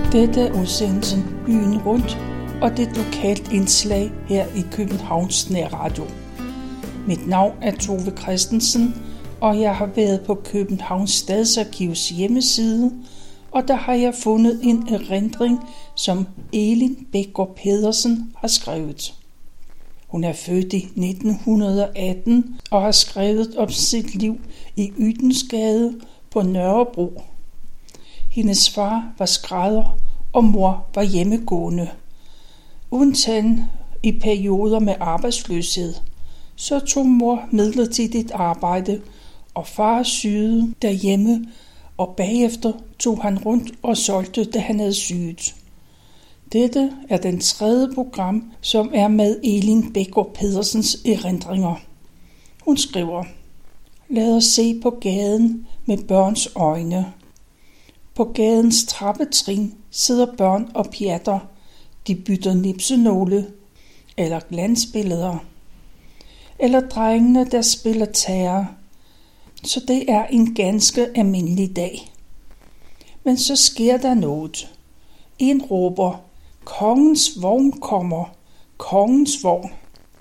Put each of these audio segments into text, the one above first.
Dette er udsendelsen Byen Rundt, og det er et lokalt indslag her i Københavns Nærradio. Mit navn er Tove Christensen, og jeg har været på Københavns Stadsarkivs hjemmeside, og der har jeg fundet en erindring, som Elin Bækgaard Pedersen har skrevet. Hun er født i 1918 og har skrevet om sit liv i Ydensgade på Nørrebro. Hendes far var skrædder, og mor var hjemmegående. Undtagen i perioder med arbejdsløshed, så tog mor midlertidigt arbejde, og far syede derhjemme, og bagefter tog han rundt og solgte, da han havde syet. Dette er den 3. program, som er med Elin Bækgaard Pedersens erindringer. Hun skriver: Lad os se på gaden med børns øjne. På gadens trappetrin sidder børn og pjatter. De bytter nipsenåle eller glansbilleder. Eller drengene, der spiller terror. Så det er en ganske almindelig dag. Men så sker der noget. En råber: Kongens vogn kommer, kongens vogn.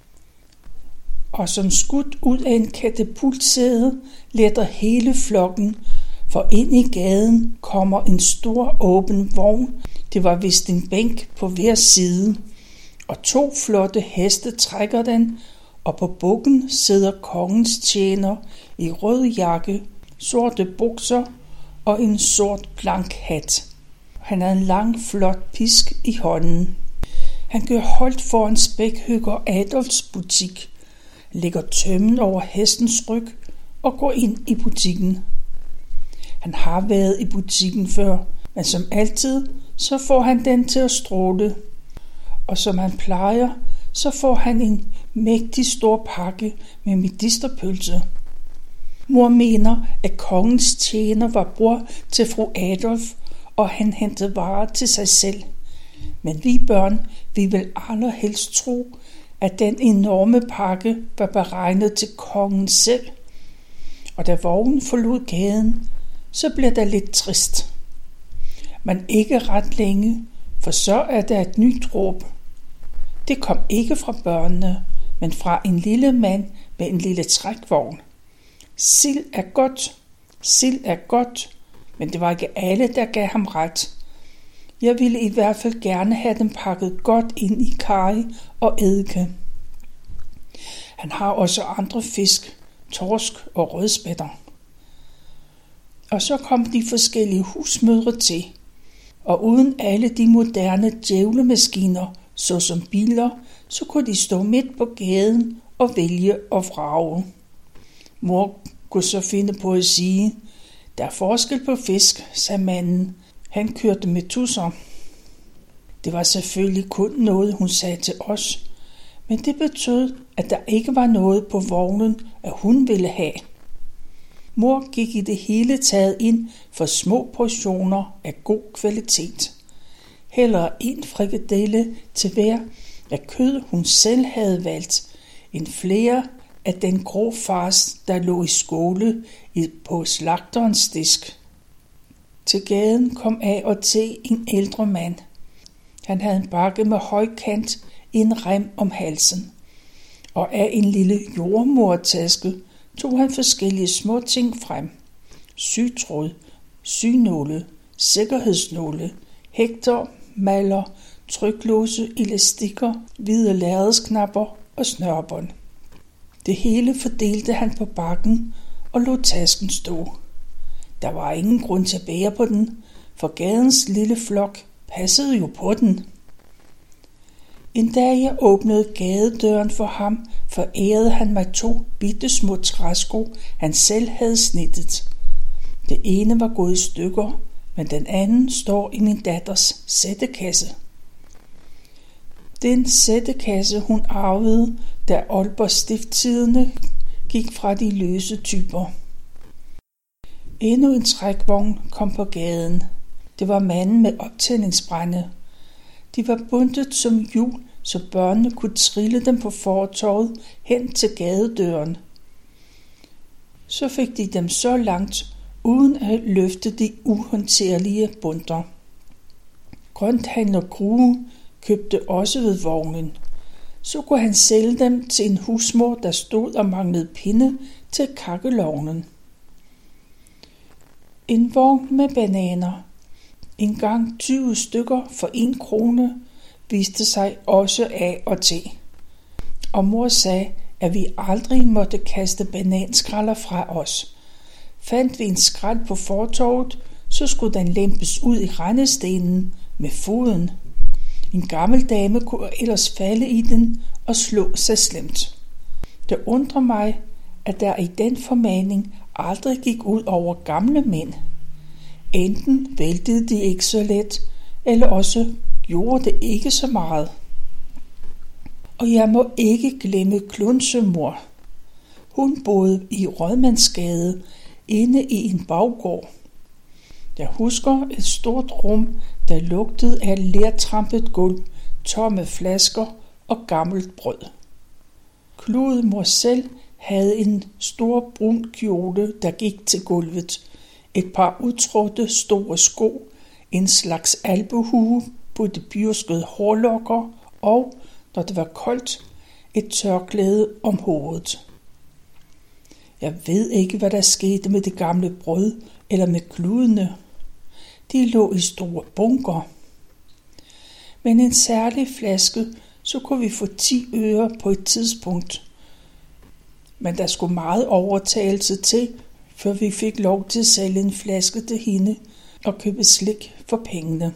Og som skudt ud af en katapultsæde letter hele flokken, for ind i gaden kommer en stor åben vogn. Det var vist en bænk på hver side, og 2 flotte heste trækker den, og på bukken sidder kongens tjener i rød jakke, sorte bukser og en sort blank hat. Han har en lang, flot pisk i hånden. Han gør holdt foran spækhugger Adolfs butik, lægger tømmen over hestens ryg og går ind i butikken. Han har været i butikken før, men som altid, så får han den til at stråle. Og som han plejer, så får han en mægtig stor pakke med medisterpølse. Mor mener, at kongens tjener var bror til fru Adolf, og han hentede varer til sig selv. Men vi børn, vi vil allerhelst tro, at den enorme pakke var beregnet til kongen selv. Og da vognen forlod gaden, så bliver der lidt trist. Men ikke ret længe, for så er der et nyt råb. Det kom ikke fra børnene, men fra en lille mand med en lille trækvogn. Sild er godt, sild er godt, men det var ikke alle, der gav ham ret. Jeg ville i hvert fald gerne have dem pakket godt ind i karry og eddike. Han har også andre fisk, torsk og rødspætter. Og så kom de forskellige husmødre til, og uden alle de moderne djævlemaskiner, såsom biler, så kunne de stå midt på gaden og vælge og vrage. Mor kunne så finde på at sige: Der er forskel på fisk, sagde manden. Han kørte med tusser. Det var selvfølgelig kun noget, hun sagde til os, men det betød, at der ikke var noget på vognen, at hun ville have. Mor gik i det hele taget ind for små portioner af god kvalitet. Hellere en frikadelle til hver af kød, hun selv havde valgt, end flere af den grå fars, der lå i skåle på slagterens disk. Til gaden kom af og til en ældre mand. Han havde en bakke med højkant, en rem om halsen, og af en lille jordmortaske tog han forskellige små ting frem. Sytråd, synåle, sikkerhedsnåle, hægter, maller, tryklåse, elastikker, hvide lærredsknapper og snørbånd. Det hele fordelte han på bakken og lod tasken stå. Der var ingen grund til at bære på den, for gadens lille flok passede jo på den. En dag jeg åbnede gadedøren for ham, forærede han mig 2 bittesmå træsko, han selv havde snittet. Det ene var gået i stykker, men den anden står i min datters sættekasse. Den sættekasse hun arvede, da Aalborg Stiftstidende gik fra de løse typer. Endnu en trækvogn kom på gaden. Det var manden med optændingsbrænde. De var bundet som hjul, så børnene kunne trille dem på fortovet hen til gadedøren. Så fik de dem så langt, uden at løfte de uhåndterlige bundter. Grønthandler Grue købte også ved vognen. Så kunne han sælge dem til en husmor, der stod og manglede pinde til kakkelovnen. En vogn med bananer, engang 20 stykker for 1 krone, viste sig også af og til. Og mor sagde, at vi aldrig måtte kaste bananskralder fra os. Fandt vi en skrald på fortovet, så skulle den lempes ud i rendestenen med foden. En gammel dame kunne ellers falde i den og slå sig slemt. Det undrer mig, at der i den formaning aldrig gik ud over gamle mænd. Enten væltede de ikke så let, eller også gjorde det ikke så meget. Og jeg må ikke glemme Klunsemor. Hun boede i Rådmandsgade inde i en baggård. Jeg husker et stort rum, der lugtede af lertrampet gulv, tomme flasker og gammelt brød. Kludemor selv havde en stor brun kjole, der gik til gulvet, et par udtrådte store sko, en slags albuehue på de byrskede hårlokker og, når det var koldt, et tørklæde om hovedet. Jeg ved ikke, hvad der skete med det gamle brød eller med kludene. De lå i store bunker. Men en særlig flaske, så kunne vi få 10 øre på et tidspunkt. Men der skulle meget overtagelse til, før vi fik lov til at sælge en flaske til hende og købe slik for pengene.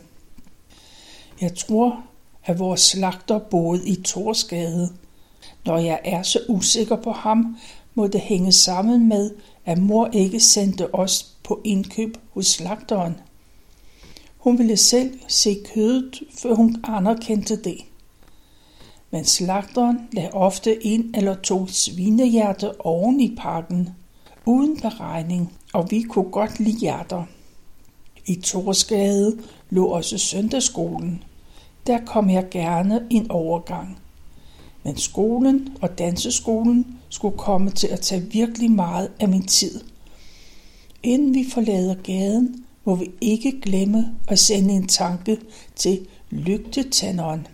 Jeg tror, at vores slagter boede i Torsgade. Når jeg er så usikker på ham, må det hænge sammen med, at mor ikke sendte os på indkøb hos slagteren. Hun ville selv se kødet, før hun anerkendte det. Men slagteren lagde ofte 1 eller 2 svinehjerter oven i pakken, uden beregning, og vi kunne godt lide hjerter. I Torsgade lå også søndagsskolen. Der kom jeg gerne en overgang. Men skolen og danseskolen skulle komme til at tage virkelig meget af min tid. Inden vi forlader gaden, må vi ikke glemme at sende en tanke til lygtetænderen.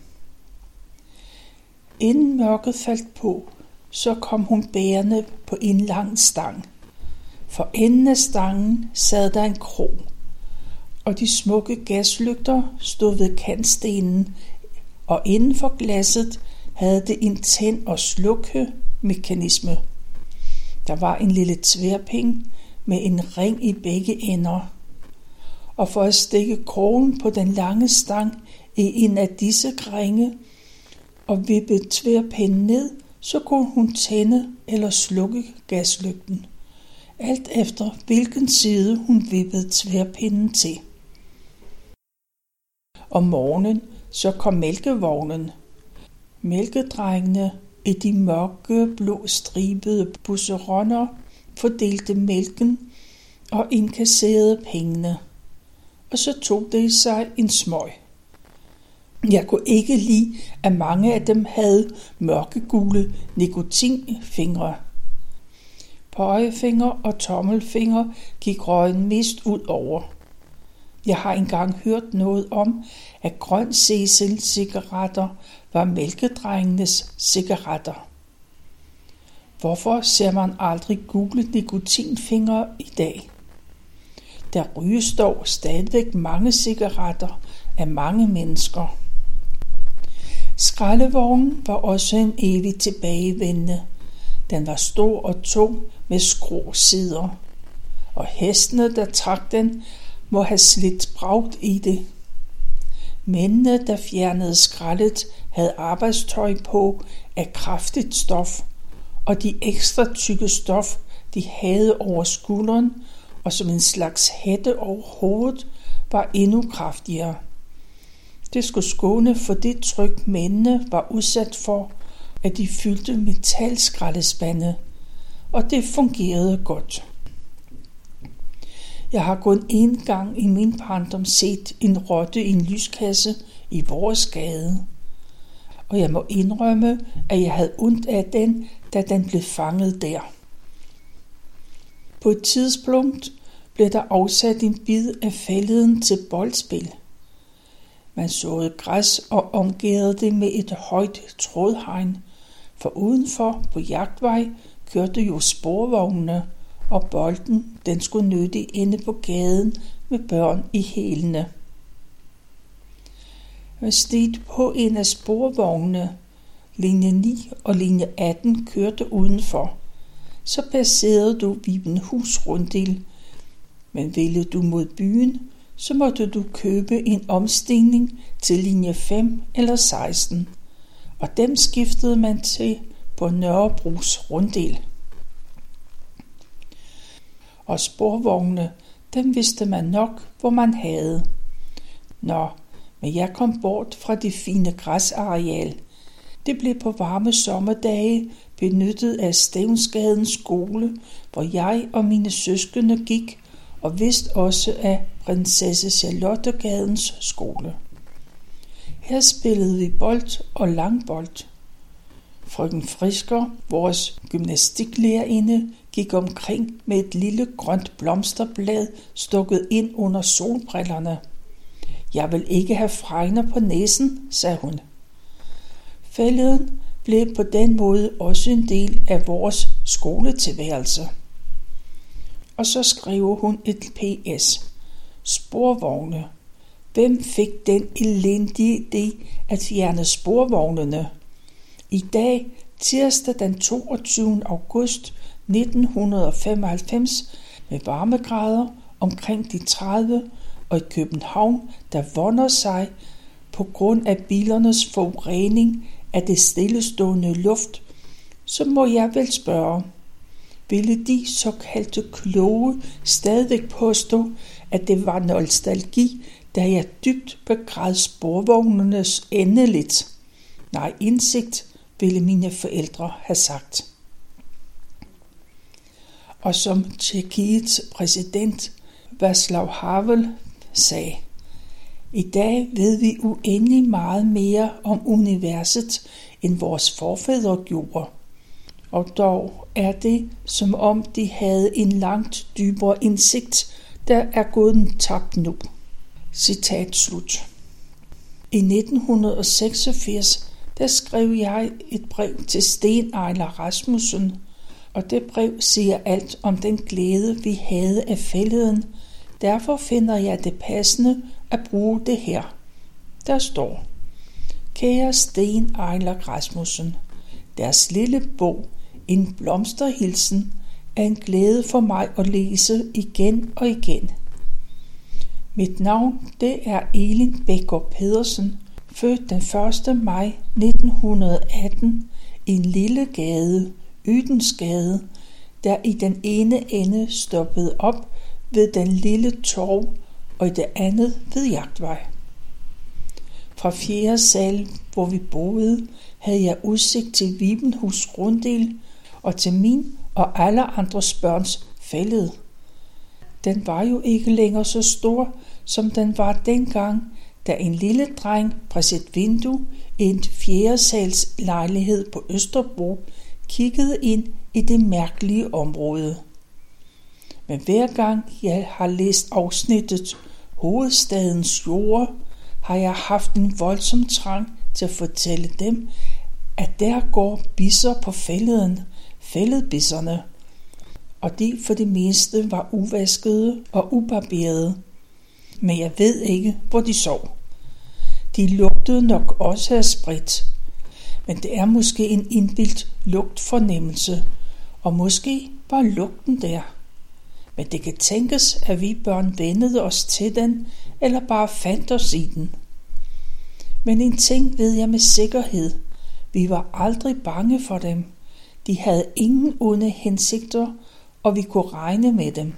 Inden mørket faldt på, så kom hun bærende på en lang stang. For enden af stangen sad der en krog, og de smukke gaslygter stod ved kantstenen, og inden for glasset havde det en tænd- og slukke-mekanisme. Der var en lille tværping med en ring i begge ender, og for at stikke krogen på den lange stang i en af disse ringe og vippe tværpinden ned, så kunne hun tænde eller slukke gaslygten, alt efter hvilken side hun vippede tværpinden til. Om morgenen så kom mælkevognen. Mælkedrengene i de mørke, blå stribede busseroner fordelte mælken og inkasserede pengene, og så tog det sig en smøg. Jeg kunne ikke lide, at mange af dem havde mørkegule nikotinfingre. Pegefinger og tommelfinger gik røgen mest ud over. Jeg har engang hørt noget om, at grøn Cecil-cigaretter var mælkedrengenes cigaretter. Hvorfor ser man aldrig gule nikotinfingre i dag? Der ryges dog stadigvæk mange cigaretter af mange mennesker. Skraldevognen var også en evig tilbagevendende. Den var stor og tung med skråsider, og hestene, der trak den, må have slidt bragt i det. Mændene, der fjernede skraldet, havde arbejdstøj på af kraftigt stof, og de ekstra tykke stof, de havde over skulderen og som en slags hætte over hovedet, var endnu kraftigere. Det skulle skåne for det tryk, mændene var udsat for, at de fyldte metalskraldespande, og det fungerede godt. Jeg har kun én gang i min barndom set en rotte i en lyskasse i vores gade, og jeg må indrømme, at jeg havde ondt af den, da den blev fanget der. På et tidspunkt blev der afsat en bid af fælleden til boldspil. Man såede græs og omgærede det med et højt trådhegn, for udenfor på jagtvej kørte jo sporvognene, og bolden den skulle nødig inde på gaden med børn i hælene. Man steg på en af sporvognene, linje 9 og linje 18 kørte udenfor. Så passerede du Vibenhus runddel, men ville du mod byen, så måtte du købe en omstigning til linje 5 eller 16, og dem skiftede man til på Nørrebros runddel. Og sporvognene, dem vidste man nok, hvor man havde. Men jeg kom bort fra det fine græsareal. Det blev på varme sommerdage benyttet af Stevnsgadens skole, hvor jeg og mine søskende gik, og vist også af prinsesse Charlottegadens skole. Her spillede vi bold og langbold. Frøken Frisker, vores gymnastiklærerinde, gik omkring med et lille grønt blomsterblad stukket ind under solbrillerne. Jeg vil ikke have fregner på næsen, sagde hun. Fælleden blev på den måde også en del af vores skoletilværelse. Og så skriver hun et PS. Sporvogne. Hvem fik den elendige idé at fjerne sporvognene? I dag, tirsdag den 22. august 1995, med varmegrader omkring de 30, og i København, der vonder sig på grund af bilernes forurening af det stillestående luft, så må jeg vel spørge, ville de såkaldte kloge stadigvæk påstå, at det var nostalgi, da jeg dybt begræd sporvognenes endeligt? Nej, indsigt, ville mine forældre have sagt. Og som Tjekkiets præsident Václav Havel sagde, i dag ved vi uendelig meget mere om universet, end vores forfædre gjorde. Og dog er det, som om de havde en langt dybere indsigt, der er gået tabt nu. Citat slut. I 1986, der skrev jeg et brev til Sten Ejler Rasmussen, og det brev siger alt om den glæde, vi havde af fælleden. Derfor finder jeg det passende at bruge det her. Der står: Kære Sten Ejler Rasmussen, deres lille bog, En blomsterhilsen, er en glæde for mig at læse igen og igen. Mit navn, det er Elin Bækgaard Pedersen, født den 1. maj 1918 i en lille gade, Ydensgade, der i den ene ende stoppede op ved den lille torv, og i det andet ved Jagtvej. Fra 4. sal, hvor vi boede, havde jeg udsigt til Vibenhus runddel og til min og alle andres børns fælled. Den var jo ikke længere så stor, som den var dengang, da en lille dreng fra sit vindue i en 4. sals lejlighed på Østerbro kiggede ind i det mærkelige område. Men hver gang jeg har læst afsnittet Hovedstadens jord, har jeg haft en voldsom trang til at fortælle dem, at der går bisser på fælleden, fælledbisserne, og de for det meste var uvaskede og ubarberede. Men jeg ved ikke, hvor de sov. De lugtede nok også af sprit, men det er måske en indbildt lugtfornemmelse, og måske var lugten der. Men det kan tænkes, at vi børn vennede os til den, eller bare fandt os i den. Men en ting ved jeg med sikkerhed. Vi var aldrig bange for dem. De havde ingen onde hensigter, og vi kunne regne med dem.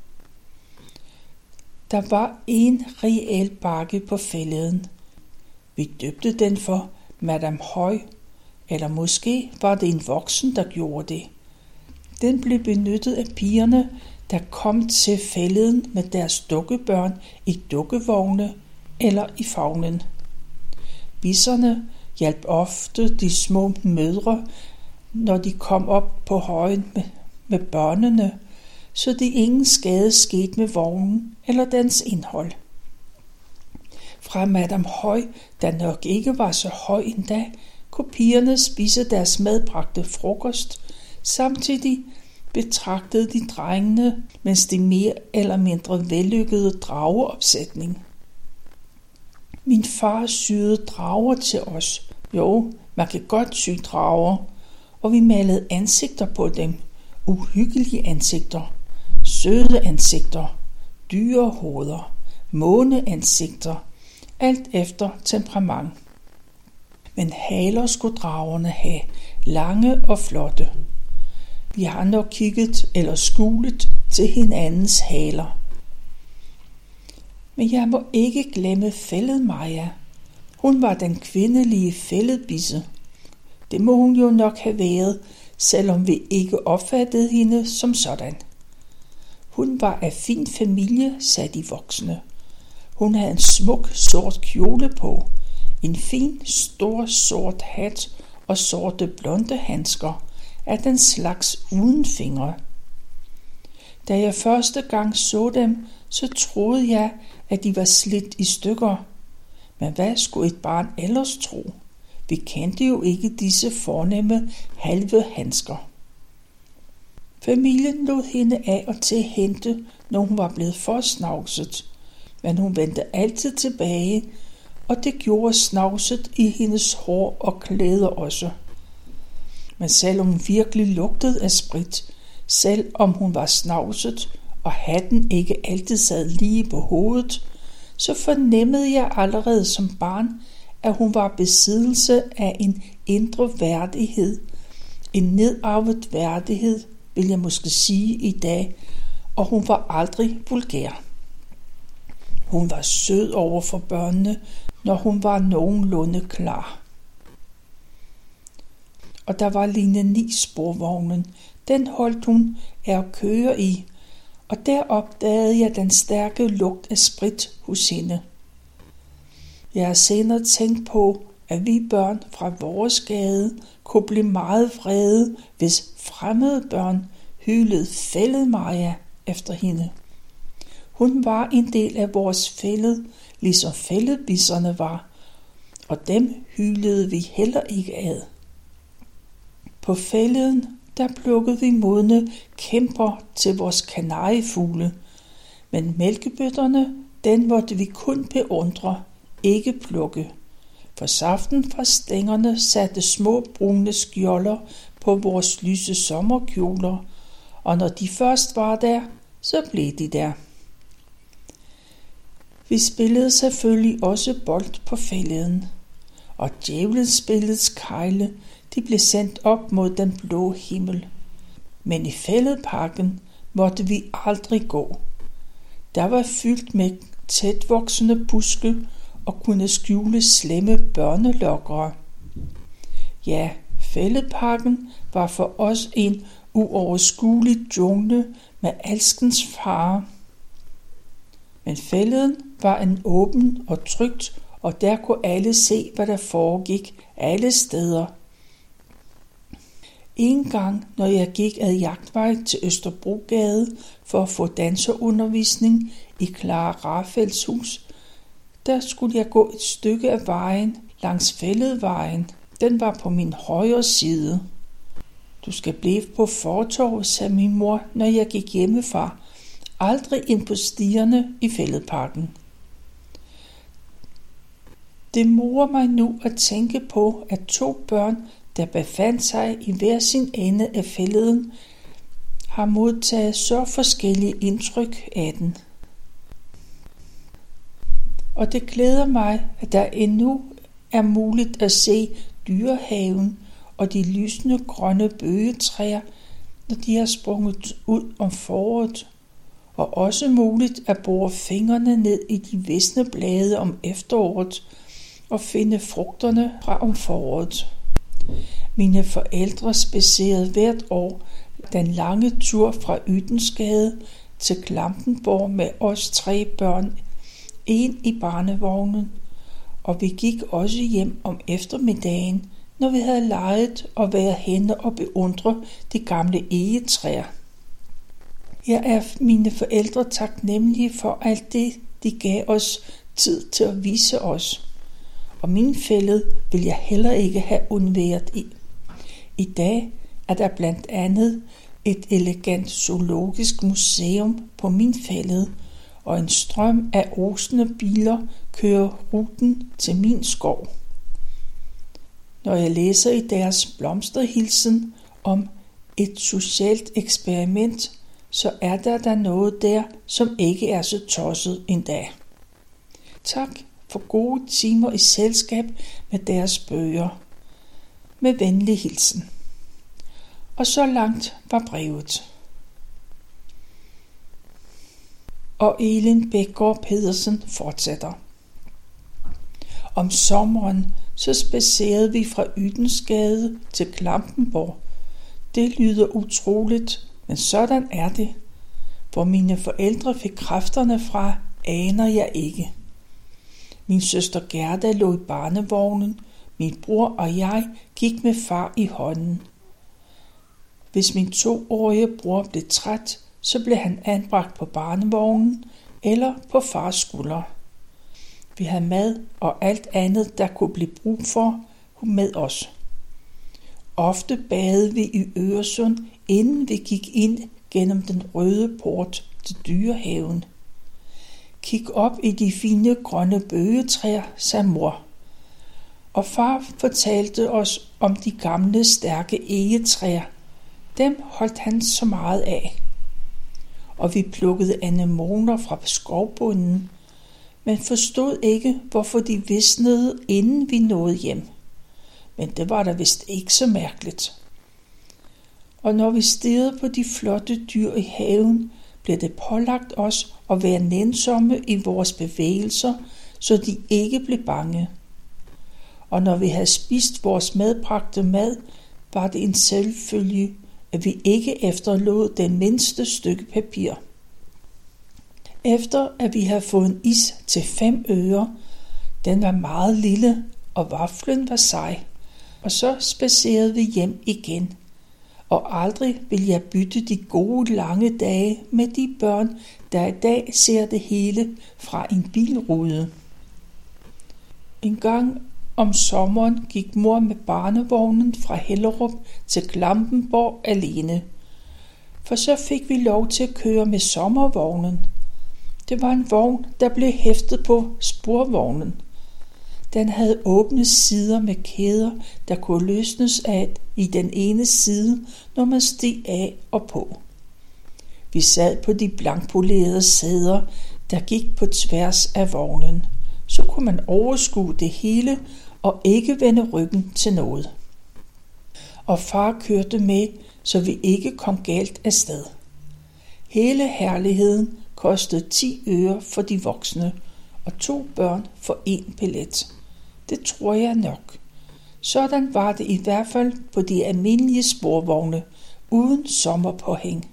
Der var en reel bakke på fælleden. Vi døbte den for Madame Høj, eller måske var det en voksen, der gjorde det. Den blev benyttet af pigerne, der kom til fælleden med deres dukkebørn i dukkevogne eller i favnen. Bisserne hjalp ofte de små mødre, når de kom op på højen med børnene, så de ingen skade skete med vognen eller dens indhold. fra Madame Høj, der nok ikke var så høj endda, kunne pigerne spise deres medbragte frokost. Samtidig betragtede de drengene, mens de mere eller mindre vellykkede drageopsætning. Min far syede drager til os. Jo, man kan godt sy drager, og vi malede ansigter på dem. Uhyggelige ansigter, søde ansigter, dyrehoveder, måneansigter, alt efter temperament. Men haler skulle dragerne have, lange og flotte. Vi har nok kigget eller skulet til hinandens haler. Men jeg må ikke glemme Fælledmaja. Hun var den kvindelige fælledbisse. Det må hun jo nok have været, selvom vi ikke opfattede hende som sådan. Hun var af fin familie, sagde de voksne. Hun havde en smuk sort kjole på, en fin stor sort hat og sorte blonde handsker af den slags uden fingre. Da jeg første gang så dem, så troede jeg, at de var slidt i stykker. Men hvad skulle et barn ellers tro? Vi kendte jo ikke disse fornemme halve handsker. Familien lod hende af og til hente, når hun var blevet for snavset, men hun vendte altid tilbage, og det gjorde snavset i hendes hår og klæder også. Men selvom hun virkelig lugtede af sprit, selv om hun var snavset, og hatten ikke altid sad lige på hovedet, så fornemmede jeg allerede som barn, at hun var besiddelse af en indre værdighed, en nedarvet værdighed, vil jeg måske sige i dag, og hun var aldrig vulgær. Hun var sød over for børnene, når hun var nogenlunde klar. Og der var linje 9 sporvognen, den holdt hun af at køre i, og der opdagede jeg den stærke lugt af sprit hos hende. Jeg har senere tænkt på, at vi børn fra vores gade kunne blive meget vrede, hvis fremmede børn hylede Fælledmaja efter hende. Hun var en del af vores fælled, ligesom fælledbisserne var, og dem hylede vi heller ikke ad. På fælleden, der plukkede vi modne kæmper til vores kanariefugle, men mælkebøtterne, den måtte vi kun beundre, ikke plukke. For saften fra stængerne satte små brune skjolder på vores lyse sommerkjoler, og når de først var der, så blev de der. Vi spillede selvfølgelig også bold på fælleden, og djævelspillets kejle, de blev sendt op mod den blå himmel. Men i fælledparken måtte vi aldrig gå. Der var fyldt med tætvoksende buske og kunne skjule slemme børnelokkere. Ja, fælledparken var for os en uoverskuelig jungle med alskens farer. Men fælleden var en åben og trygt, og der kunne alle se, hvad der foregik alle steder. En gang, når jeg gik ad jagtvej til Østerbrogade for at få danserundervisning i Clara Rafelds hus, der skulle jeg gå et stykke af vejen langs Fælledvejen. Den var på min højre side. Du skal blive på fortovet, sagde min mor, når jeg gik hjemmefra. Aldrig ind på stierne i Fælledparken. Det morer mig nu at tænke på, at 2 børn, der befandt sig i hver sin ende af fælleden, har modtaget så forskellige indtryk af den. Og det glæder mig, at der endnu er muligt at se dyrehaven og de lysende grønne bøgetræer, når de har sprunget ud om foråret, og også muligt at bore fingrene ned i de visne blade om efteråret og finde frugterne fra om foråret. Mine forældre spadserede hvert år den lange tur fra Ydensgade til Klampenborg med os 3 børn, en i barnevognen, og vi gik også hjem om eftermiddagen, når vi havde leget og været henne og beundre de gamle egetræer. Jeg er mine forældre taknemmelige for alt det, de gav os tid til at vise os, og min fælde vil jeg heller ikke have undværet i. I dag er der blandt andet et elegant zoologisk museum på min fælde, og en strøm af osende biler kører ruten til min skov. Når jeg læser i deres blomsterhilsen om et socialt eksperiment, så er der noget der, som ikke er så tosset endda. Tak for gode timer i selskab med deres bøger. Med venlig hilsen. Og så langt var brevet. Og Elin Bækgaard Pedersen fortsætter. Om sommeren så spadserede vi fra Ydensgade til Klampenborg. Det lyder utroligt, men sådan er det. Hvor mine forældre fik kræfterne fra, aner jeg ikke. Min søster Gerda lå i barnevognen. Min bror og jeg gik med far i hånden. Hvis min 2-årige bror blev træt, så blev han anbragt på barnevognen eller på fars skulder. Vi havde mad og alt andet, der kunne blive brug for, med os. Ofte badede vi i Øresund, inden vi gik ind gennem den røde port til Dyrehaven. Kig op i de fine grønne bøgetræer, sagde mor. Og far fortalte os om de gamle, stærke egetræer. Dem holdt han så meget af. Og vi plukkede anemoner fra skovbunden, men forstod ikke, hvorfor de visnede, inden vi nåede hjem. Men det var da vist ikke så mærkeligt. Og når vi stirrede på de flotte dyr i haven, blev det pålagt os at være nænsomme i vores bevægelser, så de ikke blev bange. Og når vi havde spist vores medbragte mad, var det en selvfølge, at vi ikke efterlod den mindste stykke papir. Efter at vi havde fået en is til 5 øre, den var meget lille, og vaflen var sej, og så spadserede vi hjem igen. Og aldrig vil jeg bytte de gode lange dage med de børn, der i dag ser det hele fra en bilrude. En gang om sommeren gik mor med barnevognen fra Hellerup til Klampenborg alene, for så fik vi lov til at køre med sommervognen. Det var en vogn, der blev hæftet på sporvognen. Den havde åbne sider med kæder, der kunne løsnes af i den ene side, når man steg af og på. Vi sad på de blankpolerede sæder, der gik på tværs af vognen. Så kunne man overskue det hele og ikke vende ryggen til noget. Og far kørte med, så vi ikke kom galt afsted. Hele herligheden kostede 10 øre for de voksne og 2 børn for 1 billet. Det tror jeg nok. Sådan var det i hvert fald på de almindelige sporvogne uden sommerpåhæng.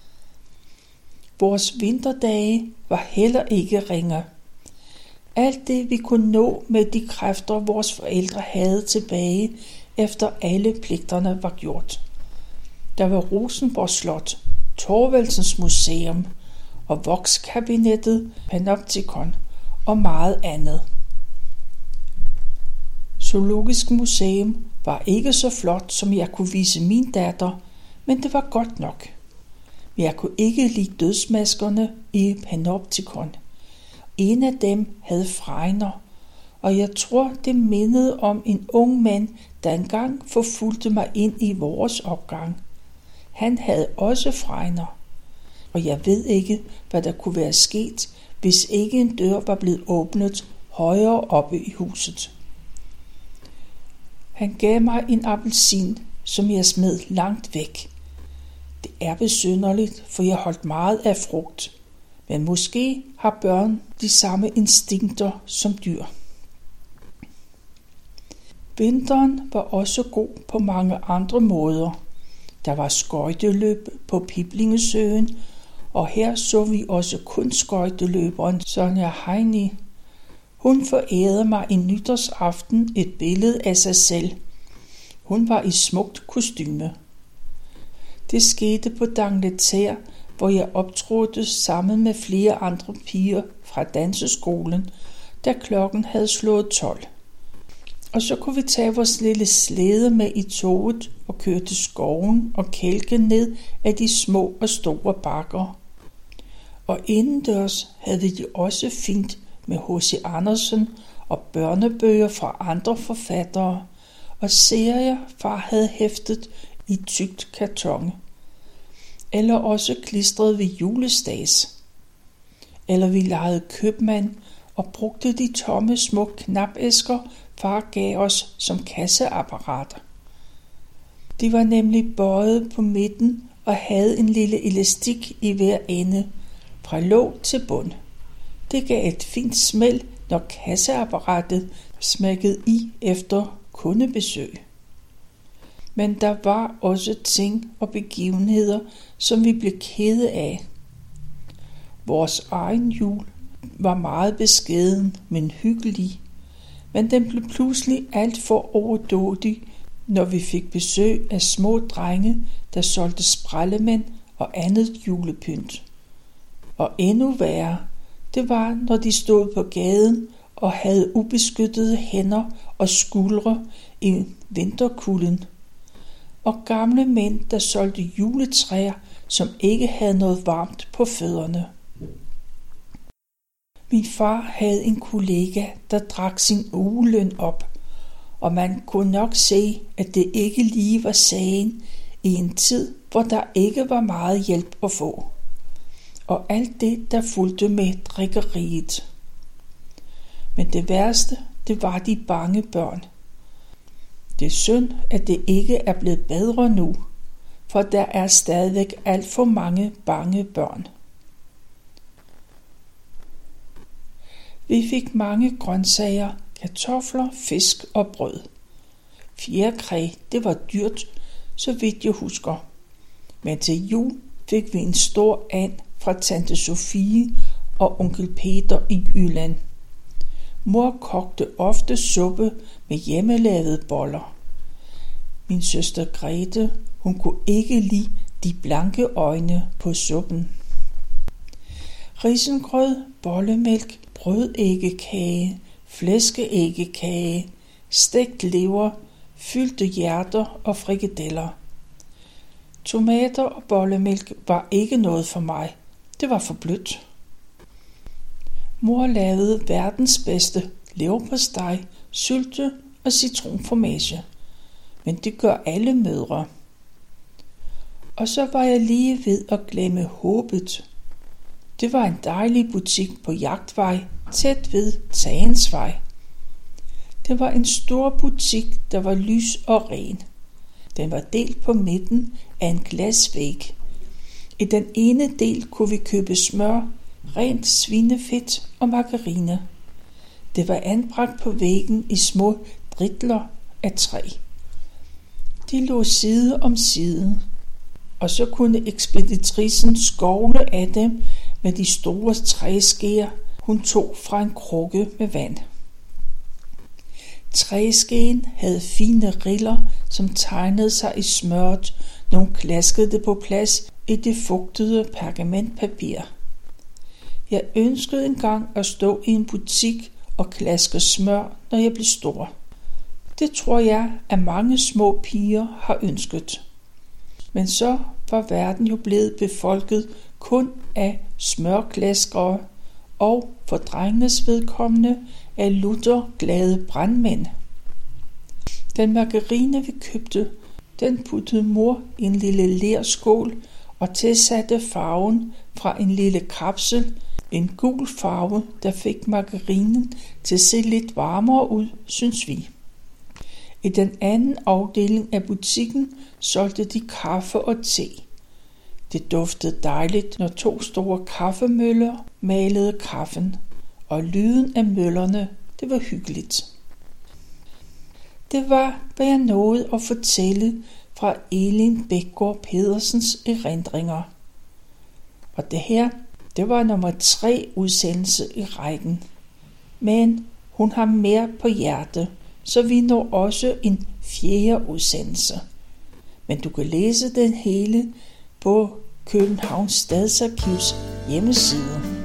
Vores vinterdage var heller ikke ringe. Alt det vi kunne nå med de kræfter vores forældre havde tilbage, efter alle pligterne var gjort. Der var Rosenborg Slot, Thorvaldsens Museum og Vokskabinettet, Panoptikon og meget andet. Zoologisk Museum var ikke så flot, som jeg kunne vise min datter, men det var godt nok. Men jeg kunne ikke lide dødsmaskerne i Panoptikon. En af dem havde fregner, og jeg tror, det mindede om en ung mand, der engang forfulgte mig ind i vores opgang. Han havde også fregner, og jeg ved ikke, hvad der kunne være sket, hvis ikke en dør var blevet åbnet højere oppe i huset. Han gav mig en appelsin, som jeg smed langt væk. Det er besynderligt, for jeg holdt meget af frugt. Men måske har børn de samme instinkter som dyr. Vinteren var også god på mange andre måder. Der var skøjteløb på Piblingesøen, og her så vi også kun skøjteløberen Sonja Heini. Hun forærede mig en nytårsaften et billede af sig selv. Hun var i smukt kostyme. Det skete på Dangleterre, hvor jeg optrådte sammen med flere andre piger fra danseskolen, da klokken havde slået 12. Og så kunne vi tage vores lille slæde med i toget og køre til skoven og kælke ned af de små og store bakker. Og indendørs havde vi det også fint med H.C. Andersen og børnebøger fra andre forfattere og serier far havde hæftet i tykt karton. Eller også klistret ved julestads. Eller vi legede købmand og brugte de tomme små knapæsker far gav os som kasseapparater. De var nemlig bøjet på midten og havde en lille elastik i hver ende, fra låg til bund. Det gav et fint smæld, når kasseapparatet smækkede i efter kundebesøg. Men der var også ting og begivenheder, som vi blev kede af. Vores egen jul var meget beskeden, men hyggelig. Men den blev pludselig alt for overdådig, når vi fik besøg af små drenge, der solgte sprællemænd og andet julepynt. Og endnu værre, det var, når de stod på gaden og havde ubeskyttede hænder og skuldre i vinterkulden. Og gamle mænd, der solgte juletræer, som ikke havde noget varmt på fødderne. Min far havde en kollega, der drak sin ugeløn op, og man kunne nok se, at det ikke lige var sagen i en tid, hvor der ikke var meget hjælp at få. Og alt det, der fulgte med drikkeriet. Men det værste, det var de bange børn. Det er synd, at det ikke er blevet bedre nu, for der er stadigvæk alt for mange bange børn. Vi fik mange grøntsager, kartofler, fisk og brød. Fjerkræ, det var dyrt, så vidt jeg husker. Men til jul fik vi en stor and fra tante Sofie og onkel Peter i Jylland. Mor kogte ofte suppe med hjemmelavede boller. Min søster Grete, hun kunne ikke lide de blanke øjne på suppen. Risengrød, bollemælk, brødæggekage, flæskeæggekage, stegt lever, fyldte hjerter og frikadeller. Tomater og bollemælk var ikke noget for mig. Det var for blødt. Mor lavede verdens bedste leverpostej, sylte og citronfromage. Men det gør alle mødre. Og så var jeg lige ved at glemme Håbet. Det var en dejlig butik på Jagtvej, tæt ved Tagensvej. Det var en stor butik, der var lys og ren. Den var delt på midten af en glasvæg. I den ene del kunne vi købe smør, rent svinefedt og margarine. Det var anbragt på væggen i små dritler af træ. De lå side om side, og så kunne ekspeditricen skovle af dem med de store træskeer, hun tog fra en krukke med vand. Træskeen havde fine riller, som tegnede sig i smøret, når hun klaskede det på plads i det fugtede pergamentpapir. Jeg ønskede engang at stå i en butik og klaske smør, når jeg blev stor. Det tror jeg, at mange små piger har ønsket. Men så var verden jo blevet befolket kun af smørklaskere og for drengenes vedkommende af lutter glade brandmænd. Den margarine vi købte, den puttede mor i en lille lerskål og tilsatte farven fra en lille kapsel, en gul farve, der fik margarinen til at se lidt varmere ud, synes vi. I den anden afdeling af butikken solgte de kaffe og te. Det duftede dejligt, når 2 store kaffemøller malede kaffen, og lyden af møllerne, det var hyggeligt. Det var, hvad jeg nåede at fortælle fra Elin Bækgaard Pedersens erindringer. Og det her, det var nummer 3 udsendelse i rækken. Men hun har mere på hjerte, så vi når også en 4. udsendelse. Men du kan læse den hele på Københavns Stadsarkivs hjemmeside.